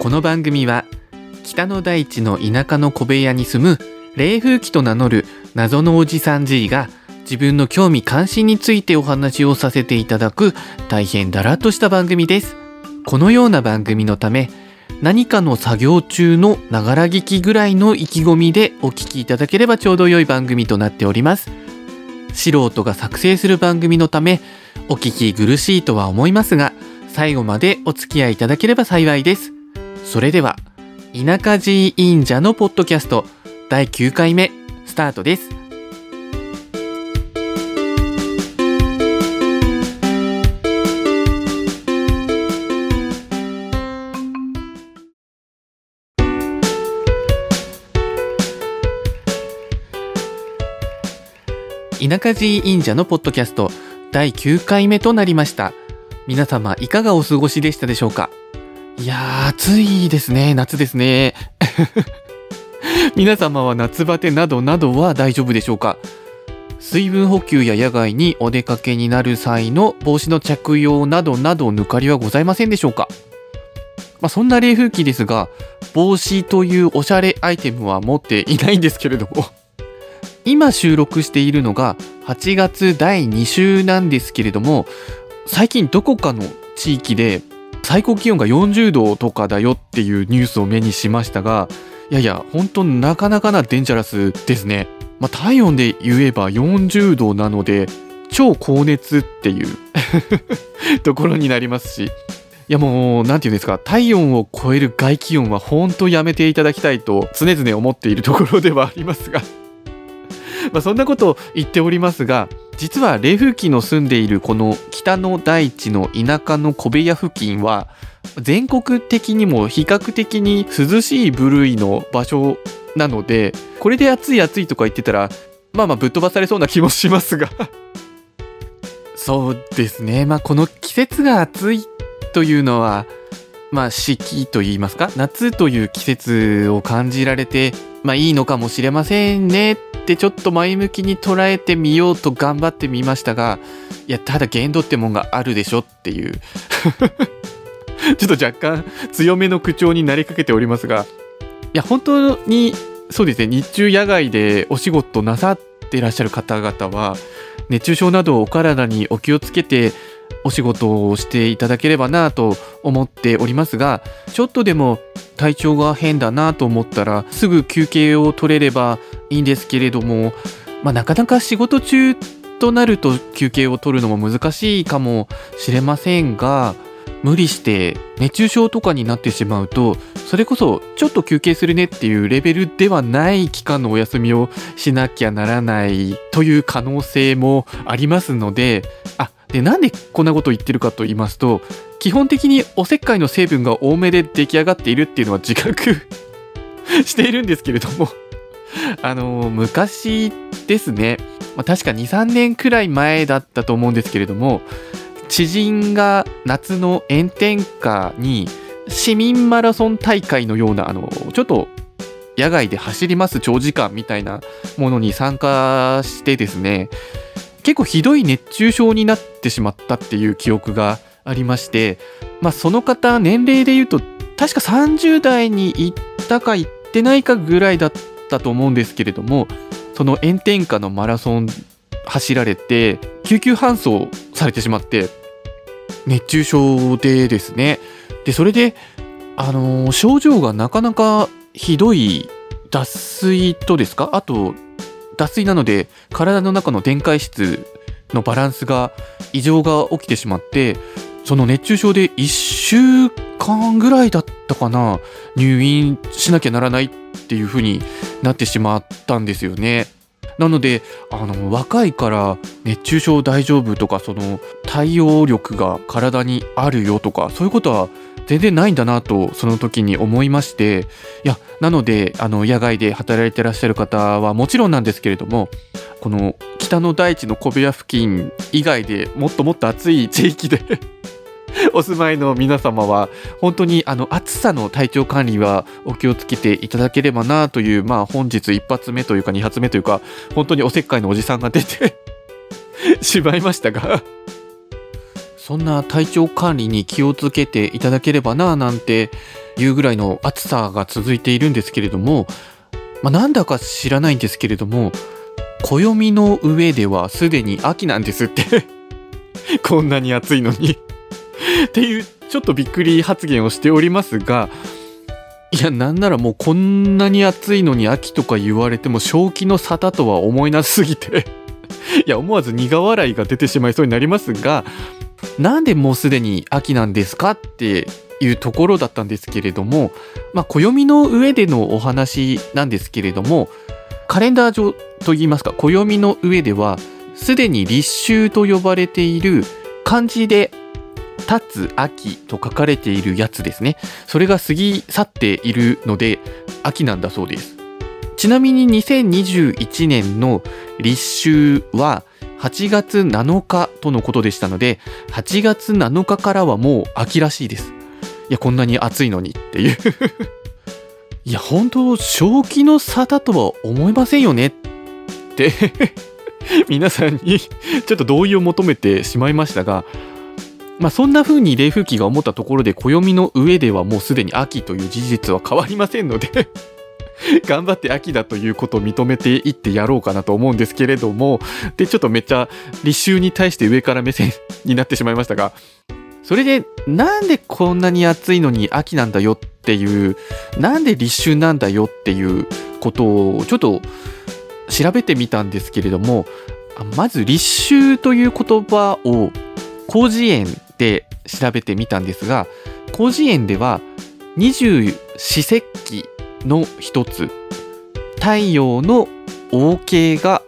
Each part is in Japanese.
この番組は北の大地の田舎の小部屋に住む霊風紀と名乗る謎のおじさん G が自分の興味関心についてお話をさせていただく大変だらっとした番組です。このような番組のため何かの作業中のながら聞きぐらいの意気込みでお聞きいただければちょうど良い番組となっております。素人が作成する番組のためお聞き苦しいとは思いますが、最後までお付き合いいただければ幸いです。それでは田舎寺院者のポッドキャスト第9回目スタートです。田舎寺院者のポッドキャスト第9回目となりました。皆様いかがお過ごしでしたでしょうか。いやー暑いですね。夏ですね皆様は夏バテなどなどは大丈夫でしょうか。水分補給や野外にお出かけになる際の帽子の着用などなど抜かりはございませんでしょうか。そんな冷風紀ですが、帽子というおしゃれアイテムは持っていないんですけれども今収録しているのが8月第2週なんですけれども、最近どこかの地域で最高気温が40度とかだよっていうニュースを目にしましたが、いや本当なかなかなデンジャラスですね。体温で言えば40度なので超高熱っていうところになりますし、いやもうなんていうんですか、体温を超える外気温は本当やめていただきたいと常々思っているところではありますがそんなことを言っておりますが、実は冷風紀の住んでいるこの北の大地の田舎の小部屋付近は全国的にも比較的に涼しい部類の場所なので、これで暑いとか言ってたらぶっ飛ばされそうな気もしますがそうですね、この季節が暑いというのは四季といいますか、夏という季節を感じられていいのかもしれませんねってちょっと前向きに捉えてみようと頑張ってみましたが、いやただ限度ってもんがあるでしょっていうちょっと若干強めの口調になりかけておりますが、いや本当にそうですね、日中野外でお仕事なさっていらっしゃる方々は熱中症などお体にお気をつけてお仕事をしていただければなと思っておりますが、ちょっとでも体調が変だなと思ったらすぐ休憩を取れればいいんですけれども、なかなか仕事中となると休憩を取るのも難しいかもしれませんが、無理して熱中症とかになってしまうとそれこそちょっと休憩するねっていうレベルではない期間のお休みをしなきゃならないという可能性もありますので、なんでこんなことを言ってるかと言いますと、基本的におせっかいの成分が多めで出来上がっているっていうのは自覚しているんですけれども昔ですね、確か 2,3 年くらい前だったと思うんですけれども、知人が夏の炎天下に市民マラソン大会のようなちょっと野外で走ります長時間みたいなものに参加してですね、結構ひどい熱中症になってしまったっていう記憶がありまして、その方年齢で言うと確か30代に行ったか行ってないかぐらいだったと思うんですけれども、その炎天下のマラソン走られて救急搬送されてしまって熱中症でですね、でそれで症状がなかなかひどい脱水とですか、あと脱水なので体の中の電解質のバランスが異常が起きてしまって、その熱中症で1週間ぐらいだったかな、入院しなきゃならないっていう風になってしまったんですよね。なので若いから熱中症大丈夫とか、その対応力が体にあるよとか、そういうことは全然ないんだなとその時に思いまして、いやなので野外で働いてらっしゃる方はもちろんなんですけれども、この北の大地の小部屋付近以外でもっともっと暑い地域でお住まいの皆様は本当に暑さの体調管理はお気をつけていただければなという、本日一発目というか二発目というか、本当におせっかいのおじさんが出てしまいましたが、 そんな体調管理に気をつけていただければななんていうぐらいの暑さが続いているんですけれども、なんだか知らないんですけれども、暦の上ではすでに秋なんですってこんなに暑いのにっていうちょっとびっくり発言をしておりますが、いやなんならもうこんなに暑いのに秋とか言われても正気の沙汰とは思えなすぎていや思わず苦笑いが出てしまいそうになりますが、なんでもうすでに秋なんですかっていうところだったんですけれども、暦の上でのお話なんですけれども、カレンダー上といいますか暦の上ではすでに立秋と呼ばれている漢字で立つ秋と書かれているやつですね、それが過ぎ去っているので秋なんだそうです。ちなみに2021年の立秋は8月7日とのことでしたので、8月7日からはもう秋らしいです。いやこんなに暑いのにっていういや本当正気の沙汰とは思いませんよねって皆さんにちょっと同意を求めてしまいましたが、そんな風に冷風機が思ったところで暦の上ではもうすでに秋という事実は変わりませんので頑張って秋だということを認めていってやろうかなと思うんですけれども、でちょっとめっちゃ立秋に対して上から目線になってしまいましたが、それでなんでこんなに暑いのに秋なんだよっていう、なんで立秋なんだよっていうことをちょっと調べてみたんですけれども、まず立秋という言葉を広辞苑で調べてみたんですが、広辞苑では二十四節気の一つ、太陽の横径が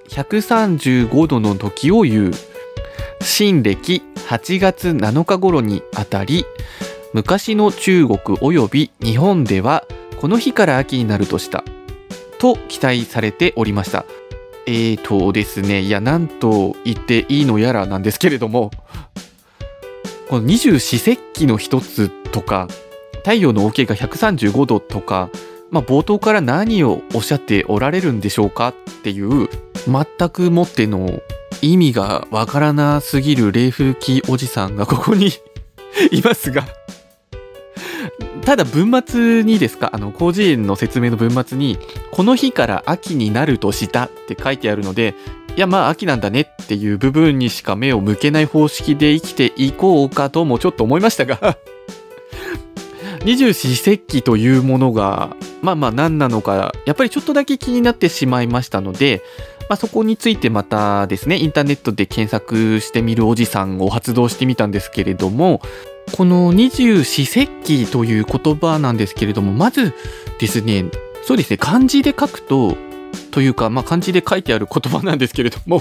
135度の時を言う。新暦8月7日頃にあたり、昔の中国および日本ではこの日から秋になるとしたと記載されておりました。ですね、いや何と言っていいのやらなんですけれども、この二十四節気の一つとか太陽の横径が135度とか、冒頭から何をおっしゃっておられるんでしょうかっていう全くもっての意味がわからなすぎる冷風機おじさんがここにいますが、ただ文末にですか、広辞苑の説明の文末にこの日から秋になるとしたって書いてあるので、いや秋なんだねっていう部分にしか目を向けない方式で生きていこうかともちょっと思いましたが二十四節気というものが何なのかやっぱりちょっとだけ気になってしまいましたので、そこについてまたですねインターネットで検索してみるおじさんを発動してみたんですけれども、この二十四節気という言葉なんですけれども、まずですね、そうですね、漢字で書くというか、漢字で書いてある言葉なんですけれども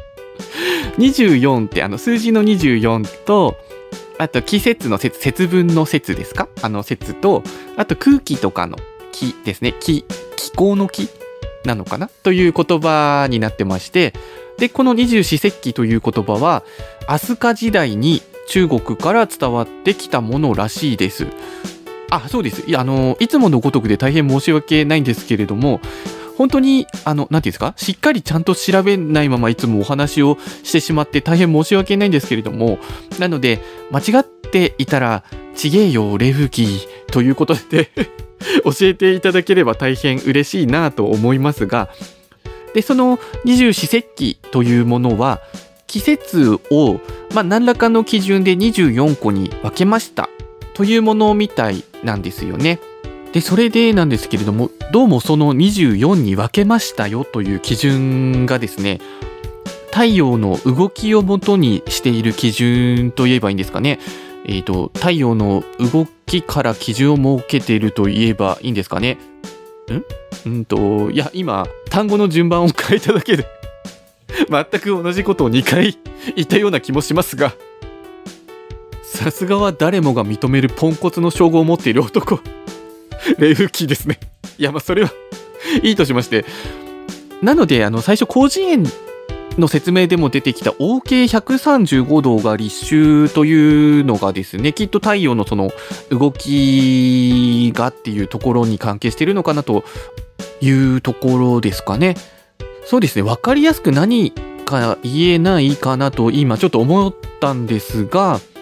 24って数字の24と、あと季節の節分の節ですか、節と、あと空気とかの気ですね、気候の気なのかなという言葉になってまして、でこの二十四節気という言葉は飛鳥時代に中国から伝わってきたものらしいです。そうです。いつものごとくで大変申し訳ないんですけれども、本当になんていうんですか、しっかりちゃんと調べないままいつもお話をしてしまって大変申し訳ないんですけれども、なので間違っていたらちげえよ冷風機ということで教えていただければ大変嬉しいなと思いますが、でその二十四節気というものは季節を何らかの基準で24個に分けましたというものみたいなんですよね。でそれでなんですけれども、どうもその24に分けましたよという基準がですね、太陽の動きをもとにしている基準といえばいいんですかね。太陽の動きから基準を設けていると言えばいいんですかね。いや今単語の順番を変えただけで全く同じことを2回言ったような気もしますが、さすがは誰もが認めるポンコツの称号を持っている男冷風機ですね。いやそれはいいとしまして、なので最初広辞苑の説明でも出てきた横径135度が立秋というのがですね、きっと太陽のその動きがっていうところに関係しているのかなというところですかね。そうですね、分かりやすく何か言えないかなと今ちょっと思ったんですが、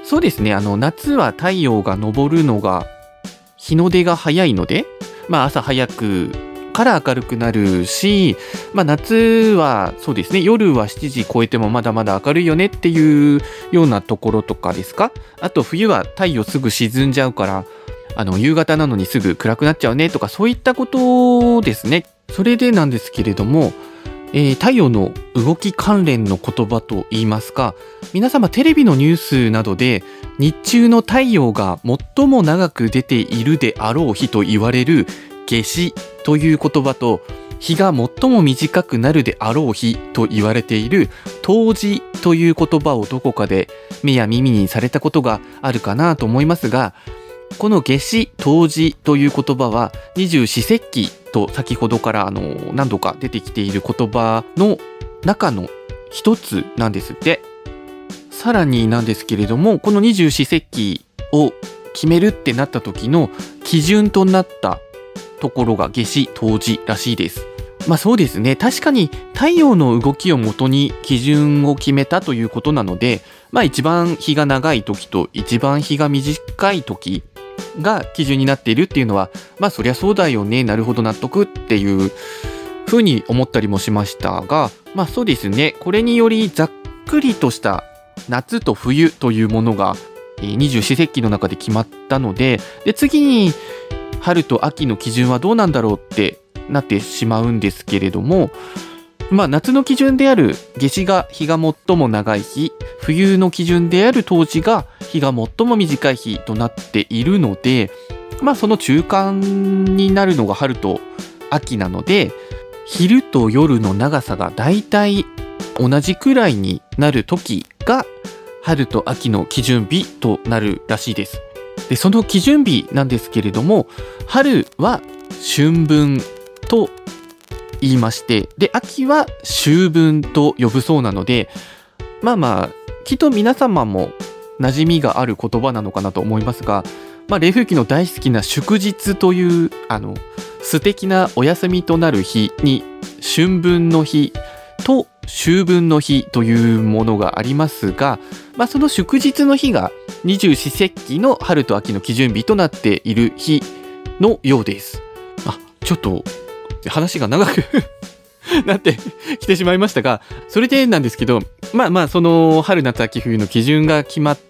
そうですね、夏は太陽が昇るのが日の出が早いので、朝早くから明るくなるし、夏はそうですね、夜は7時超えてもまだまだ明るいよねっていうようなところとかですか。あと冬は太陽すぐ沈んじゃうから夕方なのにすぐ暗くなっちゃうねとか、そういったことですね。それでなんですけれども、太陽の動き関連の言葉といいますか、皆様テレビのニュースなどで日中の太陽が最も長く出ているであろう日と言われる夏至という言葉と、日が最も短くなるであろう日と言われている冬至という言葉をどこかで目や耳にされたことがあるかなと思いますが、この夏至冬至という言葉は二十四節気と先ほどから何度か出てきている言葉の中の一つなんですって。さらになんですけれども、この二十四節気を決めるってなった時の基準となったところが夏至冬至らしいです。そうですね、確かに太陽の動きをもとに基準を決めたということなので、一番日が長い時と一番日が短い時が基準になっているっていうのは、そりゃそうだよね、なるほど納得っていうふうに思ったりもしましたが、そうですね、これによりざっくりとした夏と冬というものが二十四節気の中で決まったので、次に春と秋の基準はどうなんだろうってなってしまうんですけれども、夏の基準である夏至が日が最も長い日、冬の基準である冬至が日が最も短い日となっているので、その中間になるのが春と秋なので、昼と夜の長さがだいたい同じくらいになる時が春と秋の基準日となるらしいです。で、その基準日なんですけれども、春は春分と言いまして、で秋は秋分と呼ぶそうなので、きっと皆様も馴染みがある言葉なのかなと思いますが、冷風紀の大好きな祝日という素敵なお休みとなる日に春分の日と秋分の日というものがありますが、その祝日の日が二十四節気の春と秋の基準日となっている日のようです。ちょっと話が長くなってきてしまいましたが、それでなんですけど、その春夏秋冬の基準が決まって、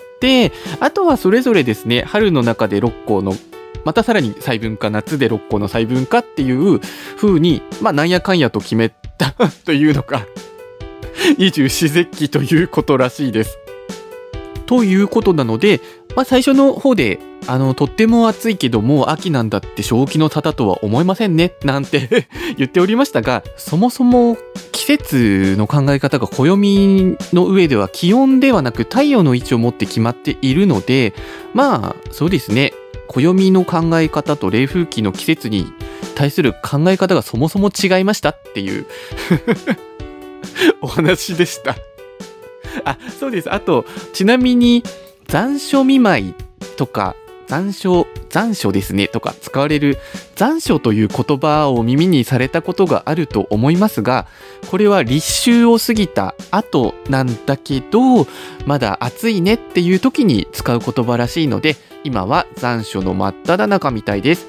あとはそれぞれですね、春の中で6項のまたさらに細分化、夏で6項の細分化っていう風になんやかんやと決めたというのが二十四節気ということらしいです。ということなので、最初の方でとっても暑いけどもう秋なんだって正気の沙汰とは思えませんねなんて言っておりましたが、そもそも季節の考え方が暦の上では気温ではなく太陽の位置を持って決まっているので、そうですね、暦の考え方と冷風紀の季節に対する考え方がそもそも違いましたっていうお話でした。そうです。あとちなみに残暑見舞いとか残暑ですねとか使われる残暑という言葉を耳にされたことがあると思いますが、これは立秋を過ぎた後なんだけどまだ暑いねっていう時に使う言葉らしいので、今は残暑の真っ只中みたいです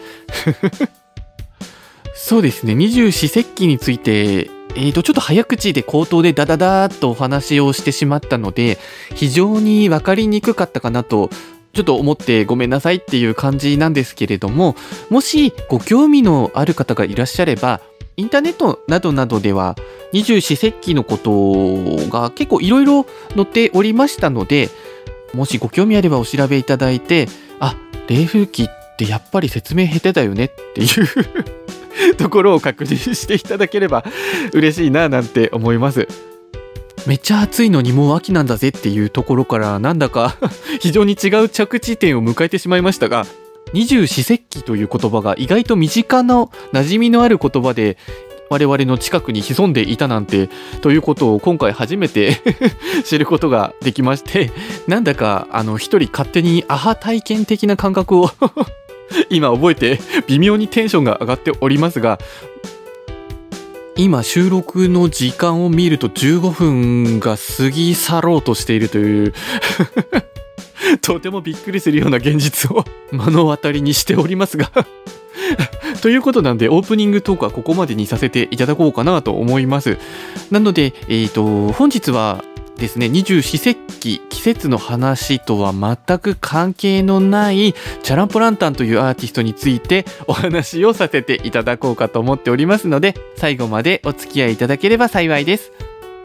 そうですね、二十四節気についてちょっと早口で口頭でダダダーっとお話をしてしまったので非常に分かりにくかったかなとちょっと思ってごめんなさいっていう感じなんですけれども、もしご興味のある方がいらっしゃればインターネットなどなどでは二十四節気のことが結構いろいろ載っておりましたので、もしご興味あればお調べいただいて、冷風紀ってやっぱり説明下手だよねっていうところを確認していただければ嬉しいななんて思います。めっちゃ暑いのにもう秋なんだぜっていうところからなんだか非常に違う着地点を迎えてしまいましたが、二十四節気という言葉が意外と身近な馴染みのある言葉で我々の近くに潜んでいたなんてということを今回初めて知ることができまして、なんだか一人勝手にアハ体験的な感覚を今覚えて微妙にテンションが上がっておりますが、今収録の時間を見ると15分が過ぎ去ろうとしているというとてもびっくりするような現実を目の当たりにしておりますがということなんで、オープニングトークはここまでにさせていただこうかなと思います。なので、本日はですね、二十四節気、季節の話とは全く関係のないチャランポランタンというアーティストについてお話をさせていただこうかと思っておりますので、最後までお付き合いいただければ幸いです。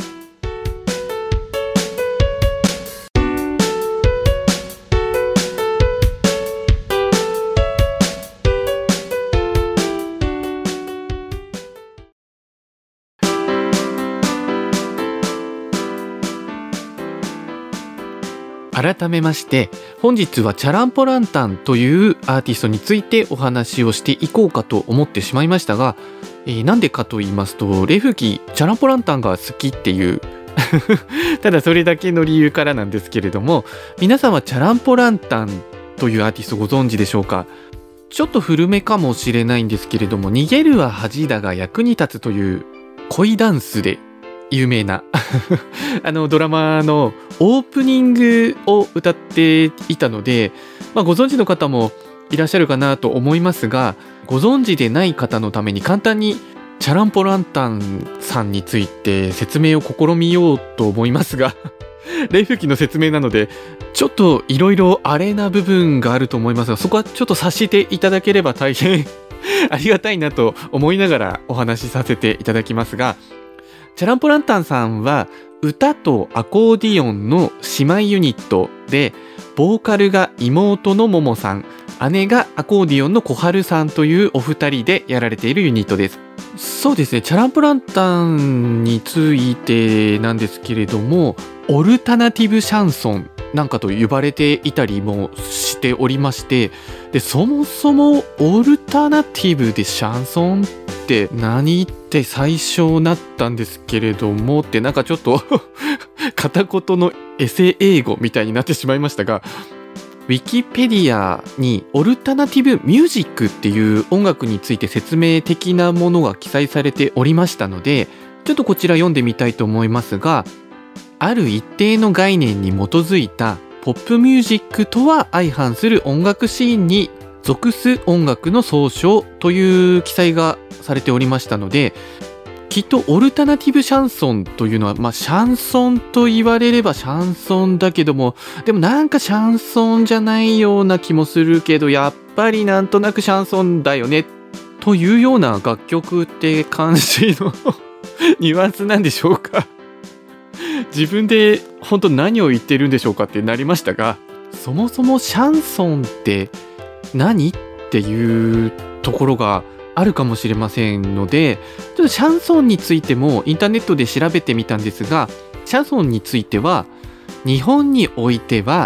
改めまして、本日はチャランポランタンというアーティストについてお話をしていこうかと思ってしまいましたが、なんでかと言いますと、レフキチャランポランタンが好きっていうただそれだけの理由からなんですけれども、皆さんはチャランポランタンというアーティストご存知でしょうか。ちょっと古めかもしれないんですけれども、逃げるは恥だが役に立つという恋ダンスで有名なドラマのオープニングを歌っていたので、ご存知の方もいらっしゃるかなと思いますが、ご存知でない方のために簡単にチャランポランタンさんについて説明を試みようと思いますがレフキの説明なのでちょっといろいろアレな部分があると思いますが、そこはちょっと察していただければ大変ありがたいなと思いながらお話しさせていただきますが、チャランポランタンさんは歌とアコーディオンの姉妹ユニットで、ボーカルが妹のももさん、姉がアコーディオンの小春さんというお二人でやられているユニットです。そうですね、チャランポランタンについてなんですけれども、オルタナティブシャンソンなんかと呼ばれていたりもしておりまして、でそもそもオルタナティブでシャンソンって何って最初なったんですけれどもって、なんかちょっと片言のエセ英語みたいになってしまいましたが、ウィキペディアにオルタナティブミュージックっていう音楽について説明的なものが記載されておりましたので、ちょっとこちら読んでみたいと思いますが、ある一定の概念に基づいたポップミュージックとは相反する音楽シーンに属す音楽の総称という記載がされておりましたので、きっとオルタナティブシャンソンというのは、シャンソンと言われればシャンソンだけども、でもなんかシャンソンじゃないような気もするけど、やっぱりなんとなくシャンソンだよねというような楽曲って感じのニュアンスなんでしょうか。自分で本当何を言ってるんでしょうかってなりましたが、そもそもシャンソンって何っていうところがあるかもしれませんので、ちょっとシャンソンについてもインターネットで調べてみたんですが、シャンソンについては日本においては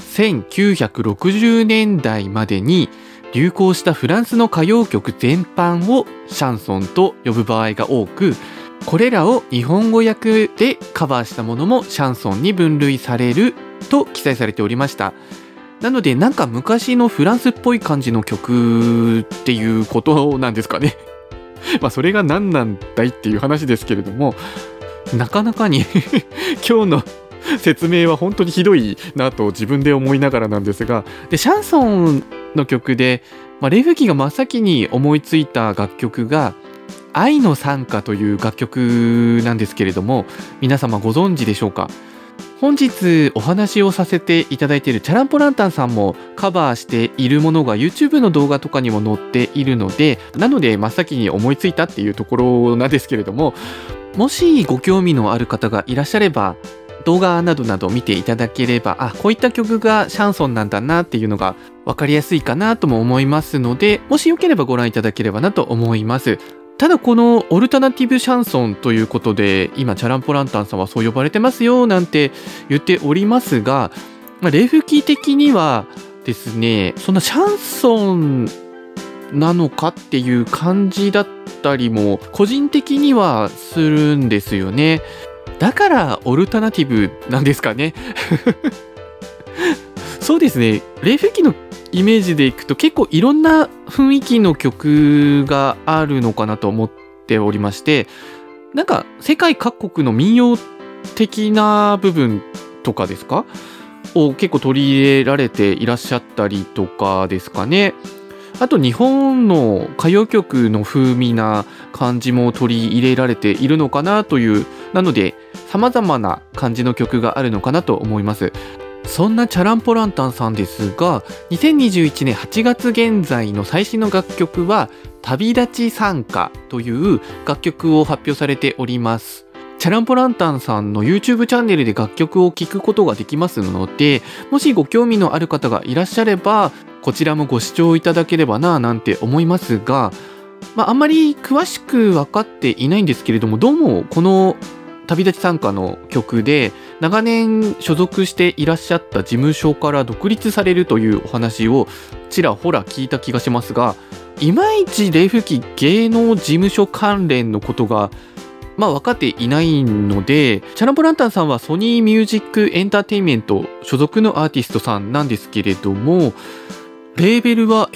1960年代までに流行したフランスの歌謡曲全般をシャンソンと呼ぶ場合が多く、これらを日本語訳でカバーしたものもシャンソンに分類されると記載されておりました。なのでなんか昔のフランスっぽい感じの曲っていうことなんですかね。それが何なんだいっていう話ですけれども、なかなかに今日の説明は本当にひどいなと自分で思いながらなんですが、でシャンソンの曲で、レフキが真っ先に思いついた楽曲が愛の賛歌という楽曲なんですけれども、皆様ご存知でしょうか。本日お話をさせていただいているチャランポランタンさんもカバーしているものが YouTube の動画とかにも載っているので、なので真っ先に思いついたっていうところなんですけれども、もしご興味のある方がいらっしゃれば動画などなど見ていただければ、こういった曲がシャンソンなんだなっていうのが分かりやすいかなとも思いますので、もしよければご覧いただければなと思います。ただこのオルタナティブシャンソンということで今チャランポランタンさんはそう呼ばれてますよなんて言っておりますが、レフキ的にはですね、そんなシャンソンなのかっていう感じだったりも個人的にはするんですよね。だからオルタナティブなんですかね。そうですね、レフキのイメージでいくと結構いろんな雰囲気の曲があるのかなと思っておりまして、なんか世界各国の民謡的な部分とかですか、 を結構取り入れられていらっしゃったりとかですかね。あと日本の歌謡曲の風味な感じも取り入れられているのかなという、なので様々な感じの曲があるのかなと思います。そんなチャランポランタンさんですが、2021年8月現在の最新の楽曲は旅立ち賛歌という楽曲を発表されております。チャランポランタンさんの YouTube チャンネルで楽曲を聴くことができますので、もしご興味のある方がいらっしゃればこちらもご視聴いただければななんて思いますが、あんまり詳しく分かっていないんですけれども、どうもこの旅立ち賛歌の曲で長年所属していらっしゃった事務所から独立されるというお話をちらほら聞いた気がしますが、いまいち冷風紀芸能事務所関連のことが分かっていないので、チャランポランタンさんはソニーミュージックエンターテインメント所属のアーティストさんなんですけれども、レーベルは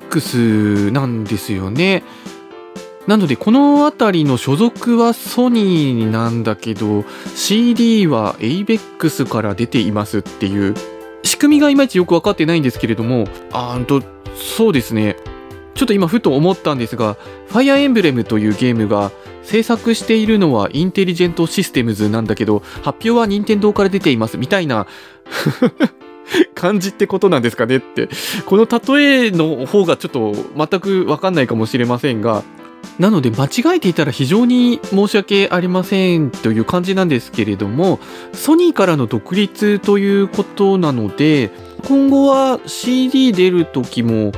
ABEX なんですよね。なのでこの辺りの所属はソニーなんだけど CD は ABEX から出ていますっていう仕組みがいまいちよく分かってないんですけれども、そうですね、ちょっと今ふと思ったんですが、ファイアーエンブレムというゲームが制作しているのはインテリジェントシステムズなんだけど発表は任天堂から出ていますみたいな感じってことなんですかねって、この例えの方がちょっと全く分かんないかもしれませんが、なので間違えていたら非常に申し訳ありませんという感じなんですけれども、ソニーからの独立ということなので今後は CD 出る時も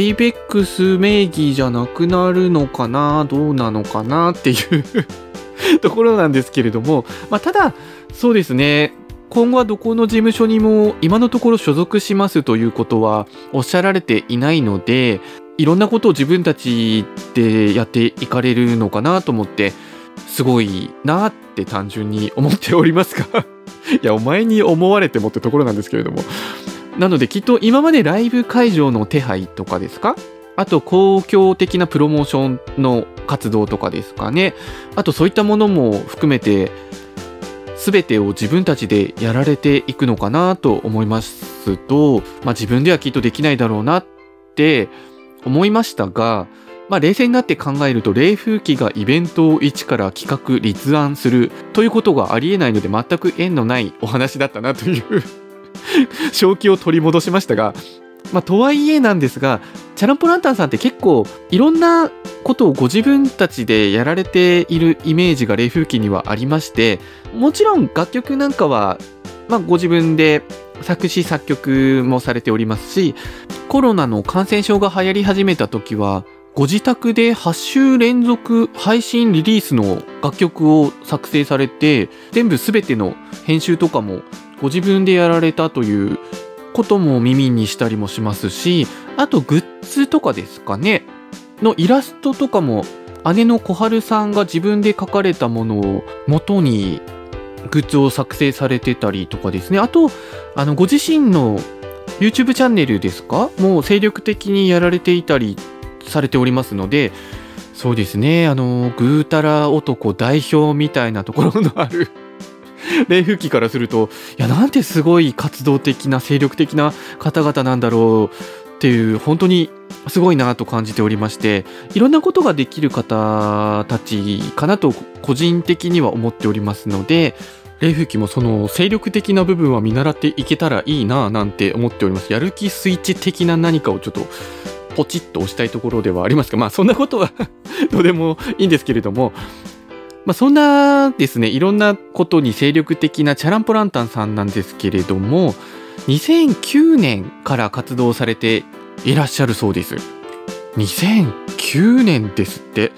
ABEX 名義じゃなくなるのかな、どうなのかなっていうところなんですけれども、ただそうですね、今後はどこの事務所にも今のところ所属しますということはおっしゃられていないので、いろんなことを自分たちでやっていかれるのかなと思ってすごいなって単純に思っておりますがいやお前に思われてもってところなんですけれども、なのできっと今までライブ会場の手配とかですか、あと公共的なプロモーションの活動とかですかね、あとそういったものも含めて全てを自分たちでやられていくのかなと思いますと、自分ではきっとできないだろうなって思いましたが、冷静になって考えると冷風紀がイベントを一から企画立案するということがありえないので全く縁のないお話だったなという正気を取り戻しましたが、とはいえなんですが、チャランポランタンさんって結構いろんなことをご自分たちでやられているイメージが冷風紀にはありまして、もちろん楽曲なんかは、ご自分で作詞作曲もされておりますし、コロナの感染症が流行り始めた時はご自宅で8週連続配信リリースの楽曲を作成されて、全部全ての編集とかもご自分でやられたということも耳にしたりもしますし、あとグッズとかですかねのイラストとかも姉の小春さんが自分で描かれたものを元にグッズを作成されてたりとかですね、あとご自身の YouTube チャンネルですかもう精力的にやられていたりされておりますので、そうですね、ぐーたら男代表みたいなところのある冷風紀からすると、いやなんてすごい活動的な精力的な方々なんだろうっていう、本当にすごいなと感じておりまして、いろんなことができる方たちかなと個人的には思っておりますので、冷風紀もその精力的な部分は見習っていけたらいいななんて思っております。やる気スイッチ的な何かをちょっとポチッと押したいところではありますが、そんなことはどうでもいいんですけれども、そんなですね、いろんなことに精力的なチャランポランタンさんなんですけれども、2009年から活動されていらっしゃるそうです。2009年ですって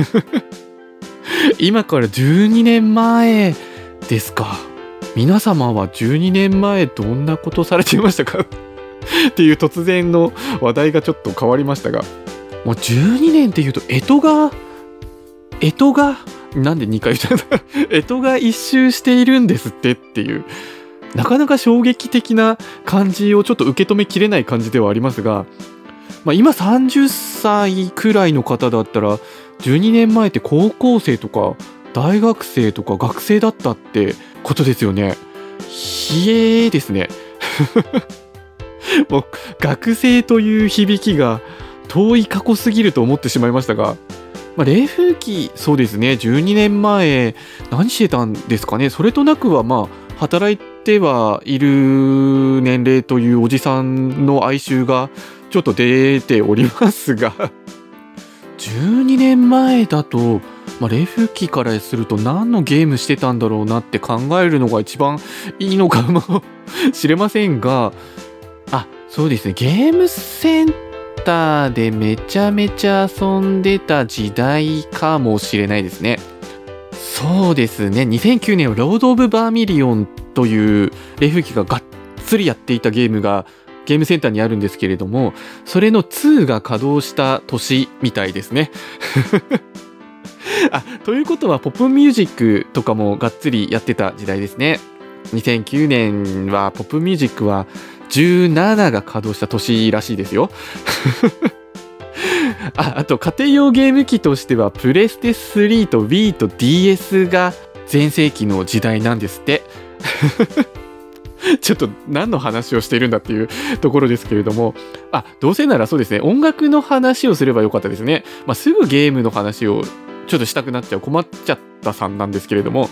今から12年前ですか。皆様は12年前どんなことされていましたかっていう突然の話題がちょっと変わりましたが、もう12年っていうと干支がなんで2回言ったんだ干支が一周しているんですってっていう、なかなか衝撃的な感じをちょっと受け止めきれない感じではありますが、今30歳くらいの方だったら12年前って高校生とか大学生とか学生だったってことですよね。ひえーですね。 もう学生という響きが遠い過去すぎると思ってしまいましたが、冷風期、そうですね、12年前何してたんですかね。それとなくは働いてはいる年齢というおじさんの哀愁がちょっと出ておりますが12年前だと、冷風期からすると何のゲームしてたんだろうなって考えるのが一番いいのかもしれませんが、そうですね、ゲームセンターでめちゃめちゃ遊んでた時代かもしれないですね。そうですね、2009年はロード・オブ・バーミリオンという冷風機ががっつりやっていたゲームがゲームセンターにあるんですけれども、それの2が稼働した年みたいですねということはポップミュージックとかもがっつりやってた時代ですね。2009年はポップミュージックは17が稼働した年らしいですよあと家庭用ゲーム機としてはプレステ3と Wii と DS が全盛期の時代なんですってちょっと何の話をしているんだっていうところですけれども、どうせならそうですね、音楽の話をすればよかったですね。すぐゲームの話をちょっとしたくなっちゃう困っちゃったさんなんですけれども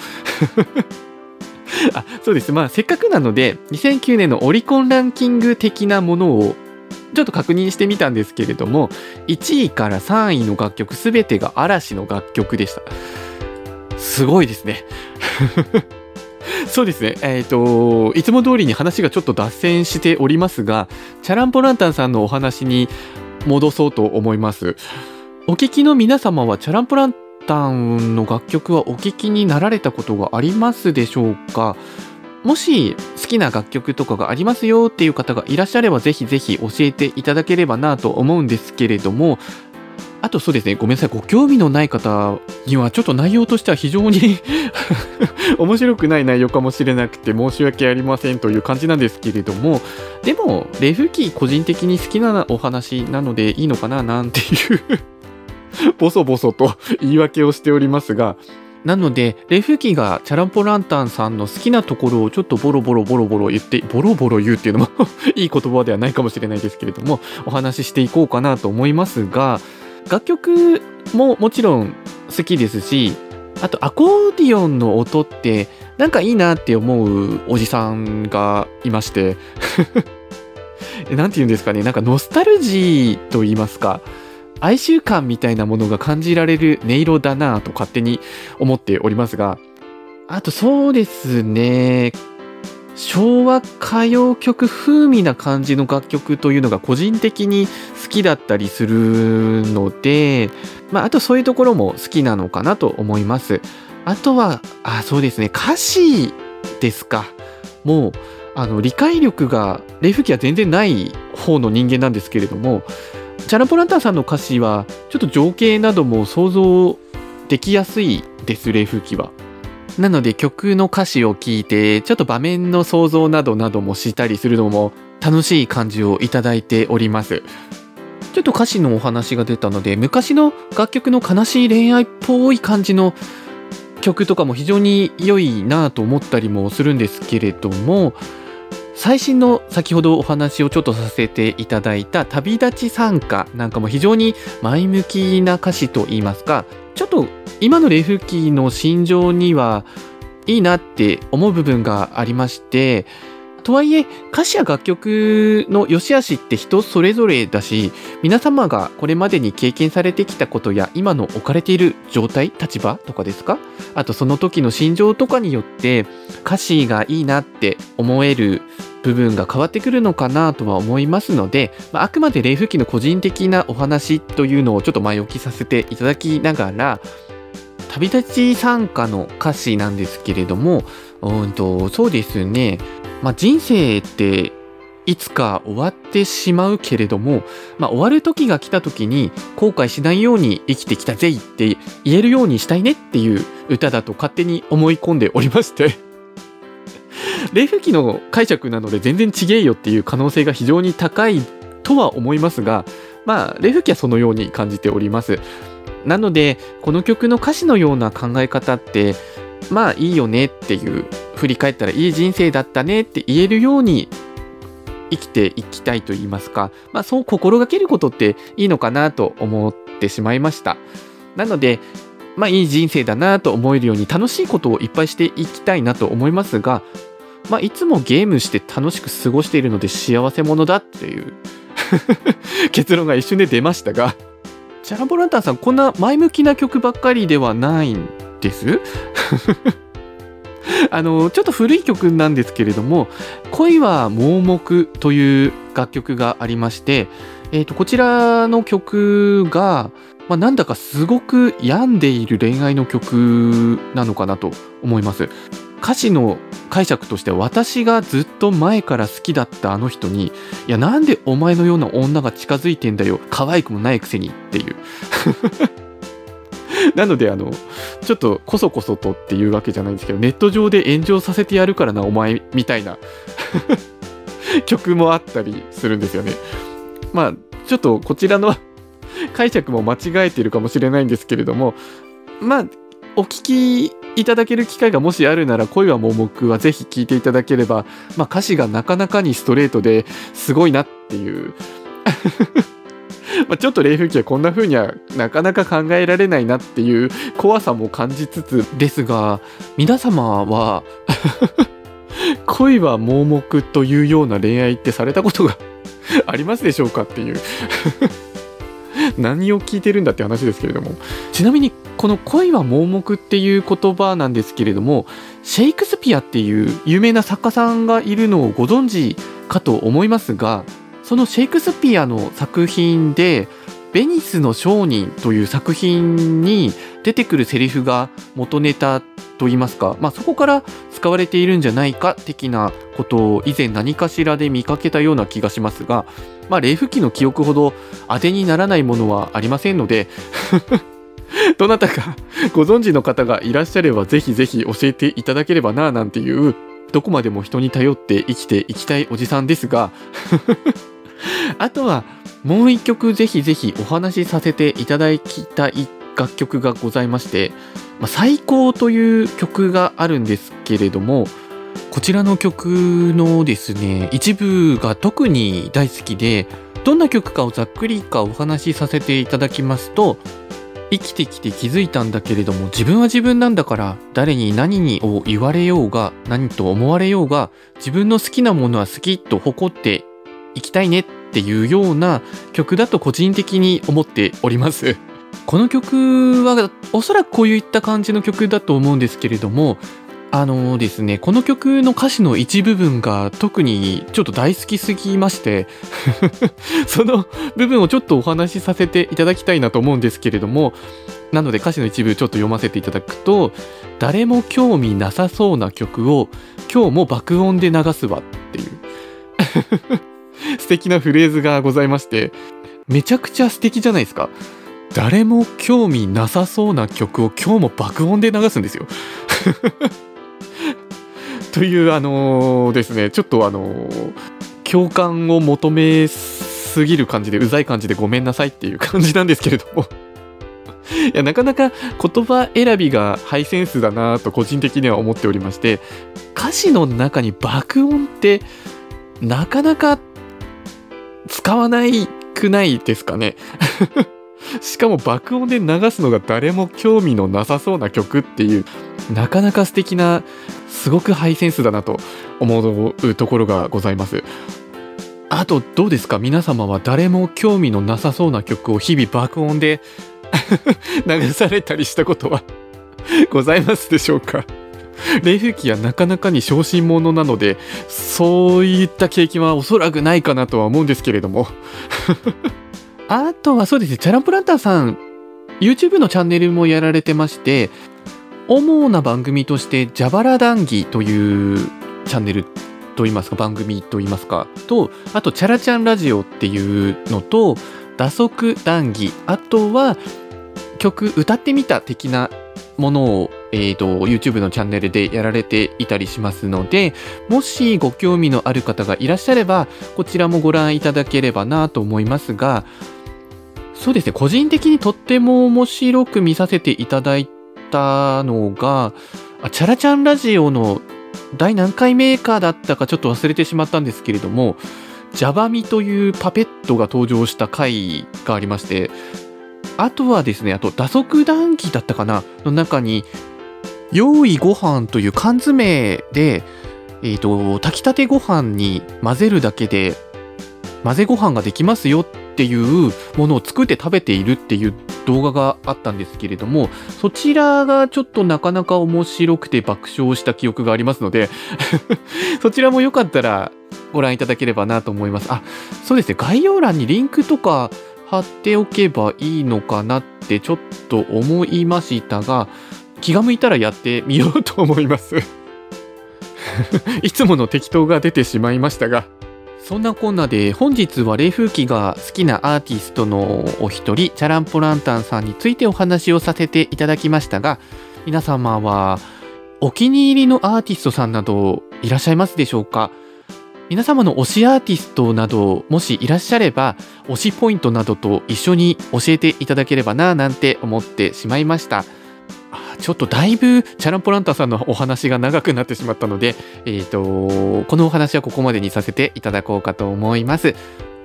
そうです。せっかくなので2009年のオリコンランキング的なものをちょっと確認してみたんですけれども、1位から3位の楽曲すべてが嵐の楽曲でした。すごいですねそうですね、いつも通りに話がちょっと脱線しておりますが、チャランポランタンさんのお話に戻そうと思います。お聞きの皆様はチャランポランタンの楽曲はお聞きになられたことがありますでしょうか。もし好きな楽曲とかがありますよっていう方がいらっしゃればぜひぜひ教えていただければなと思うんですけれども、あとそうですね、ごめんなさい、ご興味のない方にはちょっと内容としては非常に面白くない内容かもしれなくて申し訳ありませんという感じなんですけれども、でも冷風機個人的に好きなお話なのでいいのかななんていうボソボソと言い訳をしておりますが、なので冷風機がチャランポランタンさんの好きなところをちょっとボロボロ言ってボロボロ言うっていうのもいい言葉ではないかもしれないですけれども、お話ししていこうかなと思いますが、楽曲ももちろん好きですし、あとアコーディオンの音ってなんかいいなって思うおじさんがいましてなんて言うんですかね、なんかノスタルジーと言いますか、哀愁感みたいなものが感じられる音色だなぁと勝手に思っておりますが、あとそうですね、昭和歌謡曲風味な感じの楽曲というのが個人的に好きだったりするので、あとそういうところも好きなのかなと思います。あとはそうですね、歌詞ですか。もう理解力が冷風機は全然ない方の人間なんですけれども、チャランポランタンさんの歌詞はちょっと情景なども想像できやすいです、冷風機は。なので曲の歌詞を聞いてちょっと場面の想像などもしたりするのも楽しい感じをいただいております。ちょっと歌詞のお話が出たので、昔の楽曲の悲しい恋愛っぽい感じの曲とかも非常に良いなと思ったりもするんですけれども、最新の先ほどお話をちょっとさせていただいた旅立ち賛歌なんかも非常に前向きな歌詞といいますか、ちょっと今の冷風機の心情にはいいなって思う部分がありまして、とはいえ歌詞や楽曲の良し悪しって人それぞれだし、皆様がこれまでに経験されてきたことや今の置かれている状態立場とかですか、あとその時の心情とかによって歌詞がいいなって思える部分が変わってくるのかなとは思いますので、あくまで冷風機の個人的なお話というのをちょっと前置きさせていただきながら、旅立ち賛歌の歌詞なんですけれども、そうですね、人生っていつか終わってしまうけれども、終わる時が来た時に後悔しないように生きてきたぜいって言えるようにしたいねっていう歌だと勝手に思い込んでおりまして冷風機の解釈なので全然違えよっていう可能性が非常に高いとは思いますが、冷風機はそのように感じております。なのでこの曲の歌詞のような考え方っていいよねっていう、振り返ったらいい人生だったねって言えるように生きていきたいと言いますか、そう心がけることっていいのかなと思ってしまいました。なので、いい人生だなと思えるように楽しいことをいっぱいしていきたいなと思いますが、いつもゲームして楽しく過ごしているので幸せ者だっていう結論が一瞬で出ましたが、チャランポランタンさん、こんな前向きな曲ばっかりではないんですちょっと古い曲なんですけれども、恋は盲目という楽曲がありまして、こちらの曲が、なんだかすごく病んでいる恋愛の曲なのかなと思います。歌詞の解釈としては、私がずっと前から好きだったあの人に、いやなんでお前のような女が近づいてんだよ、可愛くもないくせにっていうなのでちょっとこそこそとっていうわけじゃないんですけど、ネット上で炎上させてやるからなお前みたいな曲もあったりするんですよね。ちょっとこちらの解釈も間違えているかもしれないんですけれども、お聞きいただける機会がもしあるなら、恋は盲目はぜひ聞いていただければ、歌詞がなかなかにストレートですごいなっていうちょっと冷風紀はこんな風にはなかなか考えられないなっていう怖さも感じつつですが、皆様は恋は盲目というような恋愛ってされたことがありますでしょうかっていう何を聞いてるんだって話ですけれども、ちなみにこの恋は盲目っていう言葉なんですけれども、シェイクスピアっていう有名な作家さんがいるのをご存知かと思いますが、そのシェイクスピアの作品でベニスの商人という作品に出てくるセリフが元ネタといいますか、そこから使われているんじゃないか的なことを以前何かしらで見かけたような気がしますが、冷風紀の記憶ほど当てにならないものはありませんのでどなたかご存知の方がいらっしゃればぜひぜひ教えていただければななんていう、どこまでも人に頼って生きていきたいおじさんですがあとはもう一曲ぜひぜひお話しさせていただきたい楽曲がございまして、最高という曲があるんですけれども、こちらの曲のですね、一部が特に大好きで、どんな曲かをざっくりかお話しさせていただきますと、生きてきて気づいたんだけれども、自分は自分なんだから誰に何にを言われようが何と思われようが、自分の好きなものは好きと誇っていきたいねっていうような曲だと個人的に思っております。この曲はおそらくこういった感じの曲だと思うんですけれども、ですね、この曲の歌詞の一部分が特にちょっと大好きすぎましてその部分をちょっとお話しさせていただきたいなと思うんですけれども、なので歌詞の一部ちょっと読ませていただくと、誰も興味なさそうな曲を今日も爆音で流すわっていう素敵なフレーズがございまして、めちゃくちゃ素敵じゃないですか。誰も興味なさそうな曲を今日も爆音で流すんですよというですね、ちょっと共感を求めすぎる感じでうざい感じでごめんなさいっていう感じなんですけれどもいやなかなか言葉選びがハイセンスだなと個人的には思っておりまして、歌詞の中に爆音ってなかなか使わないくないですかねしかも爆音で流すのが誰も興味のなさそうな曲っていう、なかなか素敵なすごくハイセンスだなと思うところがございます。あとどうですか、皆様は誰も興味のなさそうな曲を日々爆音で流されたりしたことはございますでしょうか。冷風紀はなかなかに小心者なので、そういった経験はおそらくないかなとは思うんですけれどもあとはそうですね、チャランプランターさん YouTube のチャンネルもやられてまして、主な番組としてジャバラ談義というチャンネルといいますか、番組といいますかと、あとチャラチャンラジオっていうのと、打足談義、あとは曲歌ってみた的なものをYouTube のチャンネルでやられていたりしますので、もしご興味のある方がいらっしゃればこちらもご覧いただければなと思いますが、そうですね、個人的にとっても面白く見させていただいたのが、チャラチャンラジオの第何回目かだったかちょっと忘れてしまったんですけれども、 ジャバミというパペットが登場した回がありまして、あとはですね、あと打足談義だったかなの中に用意ご飯という缶詰で、炊きたてご飯に混ぜるだけで混ぜご飯ができますよっていうものを作って食べているっていう動画があったんですけれども、そちらがちょっとなかなか面白くて爆笑した記憶がありますのでそちらもよかったらご覧いただければなと思います。そうですね、概要欄にリンクとか貼っておけばいいのかなってちょっと思いましたが、気が向いたらやってみようと思いますいつもの適当が出てしまいましたが、そんなこんなで本日は冷風機が好きなアーティストのお一人、チャランポランタンさんについてお話をさせていただきましたが、皆様はお気に入りのアーティストさんなどいらっしゃいますでしょうか？皆様の推しアーティストなどもしいらっしゃれば、推しポイントなどと一緒に教えていただければななんて思ってしまいました。ちょっとだいぶチャランポランタンさんのお話が長くなってしまったので、このお話はここまでにさせていただこうかと思います。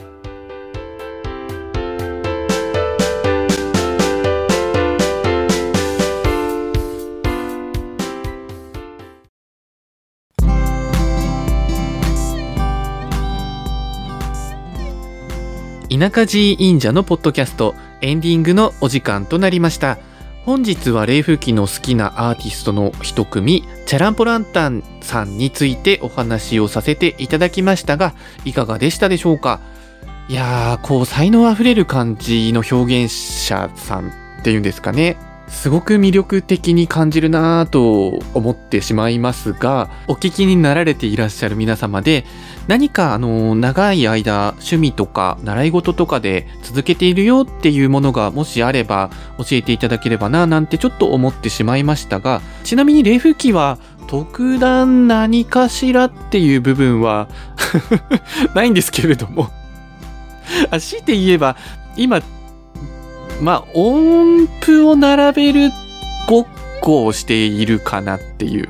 田舎寺忍者のポッドキャストエンディングのお時間となりました。本日は冷風機の好きなアーティストの一組、チャランポランタンさんについてお話をさせていただきましたが、いかがでしたでしょうか？いやー、才能あふれる感じの表現者さんっていうんですかね。すごく魅力的に感じるなぁと思ってしまいますが、お聞きになられていらっしゃる皆様で、何か長い間趣味とか習い事とかで続けているよっていうものがもしあれば教えていただければななんてちょっと思ってしまいましたが、ちなみに冷風機は特段何かしらっていう部分はないんですけれども強いて言えば今音符を並べるごっこをしているかなっていう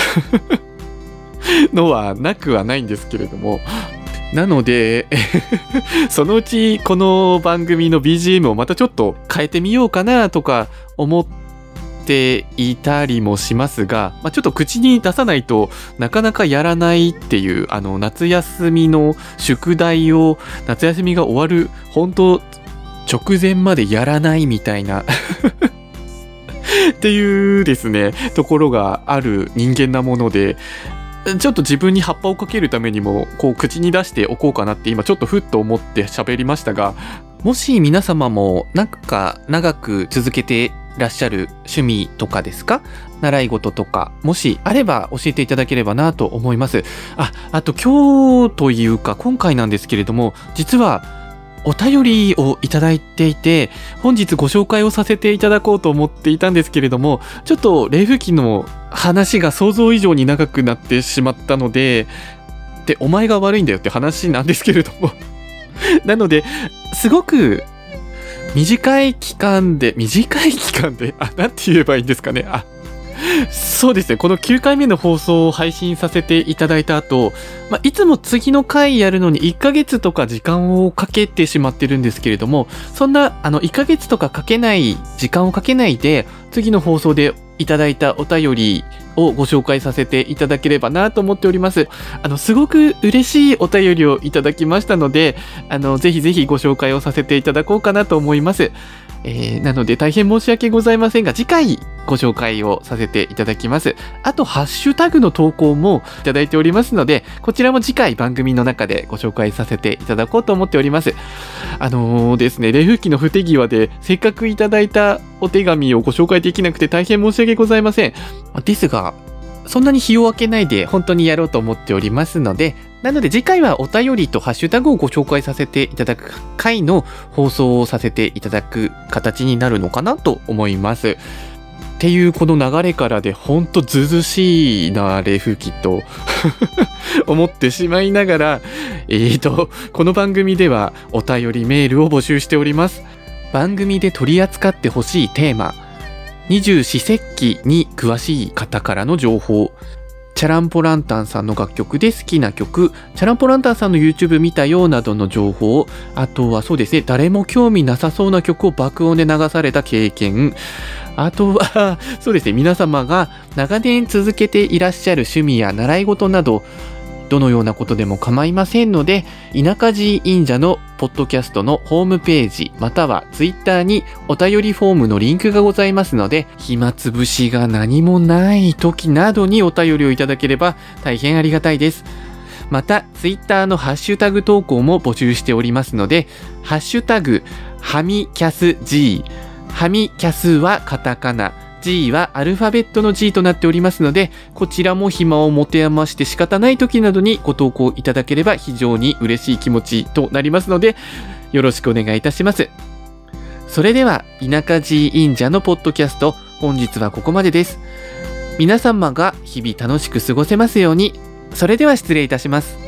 のはなくはないんですけれども、なのでそのうちこの番組の BGM をまたちょっと変えてみようかなとか思っていたりもしますが、ちょっと口に出さないとなかなかやらないっていう夏休みの宿題を夏休みが終わる本当直前までやらないみたいなっていうですねところがある人間なもので、ちょっと自分に葉っぱをかけるためにも口に出しておこうかなって今ちょっとふっと思って喋りましたが、もし皆様もなんか長く続けてらっしゃる趣味とかですか、習い事とかもしあれば教えていただければなと思います。あと今日というか今回なんですけれども、実はお便りをいただいていて、本日ご紹介をさせていただこうと思っていたんですけれども、ちょっと冷風機の話が想像以上に長くなってしまったので、お前が悪いんだよって話なんですけれどもなのですごく短い期間でなんて言えばいいんですかね。そうですね、この9回目の放送を配信させていただいた後、いつも次の回やるのに1ヶ月とか時間をかけてしまってるんですけれども、そんな1ヶ月とか時間をかけないで次の放送でいただいたお便りをご紹介させていただければなと思っております。すごく嬉しいお便りをいただきましたので、ぜひぜひご紹介をさせていただこうかなと思います。なので大変申し訳ございませんが、次回ご紹介をさせていただきます。あとハッシュタグの投稿もいただいておりますので、こちらも次回番組の中でご紹介させていただこうと思っております。ですね、冷風機の不手際でせっかくいただいたお手紙をご紹介できなくて大変申し訳ございません。ですがそんなに日を空けないで本当にやろうと思っておりますので、なので次回はお便りとハッシュタグをご紹介させていただく回の放送をさせていただく形になるのかなと思います。っていうこの流れからで本当ずうずうしいな冷風機と思ってしまいながら、この番組ではお便りメールを募集しております。番組で取り扱ってほしいテーマ、二十四節気に詳しい方からの情報、チチャランポランタンさんの楽曲で好きな曲、チャランポランタンさんの YouTube 見たよなどの情報、あとはそうですね、誰も興味なさそうな曲を爆音で流された経験、あとはそうですね、皆様が長年続けていらっしゃる趣味や習い事など、どのようなことでも構いませんので、田舎寺院者のポッドキャストのホームページまたはツイッターにお便りフォームのリンクがございますので、暇つぶしが何もない時などにお便りをいただければ大変ありがたいです。またツイッターのハッシュタグ投稿も募集しておりますので、ハッシュタグはみキャス G、 はみキャスはカタカナ、G はアルファベットの G となっておりますので、こちらも暇を持て余して仕方ない時などにご投稿いただければ非常に嬉しい気持ちとなりますので、よろしくお願いいたします。それでは田舎寺院者のポッドキャスト、本日はここまでです。皆様が日々楽しく過ごせますように。それでは失礼いたします。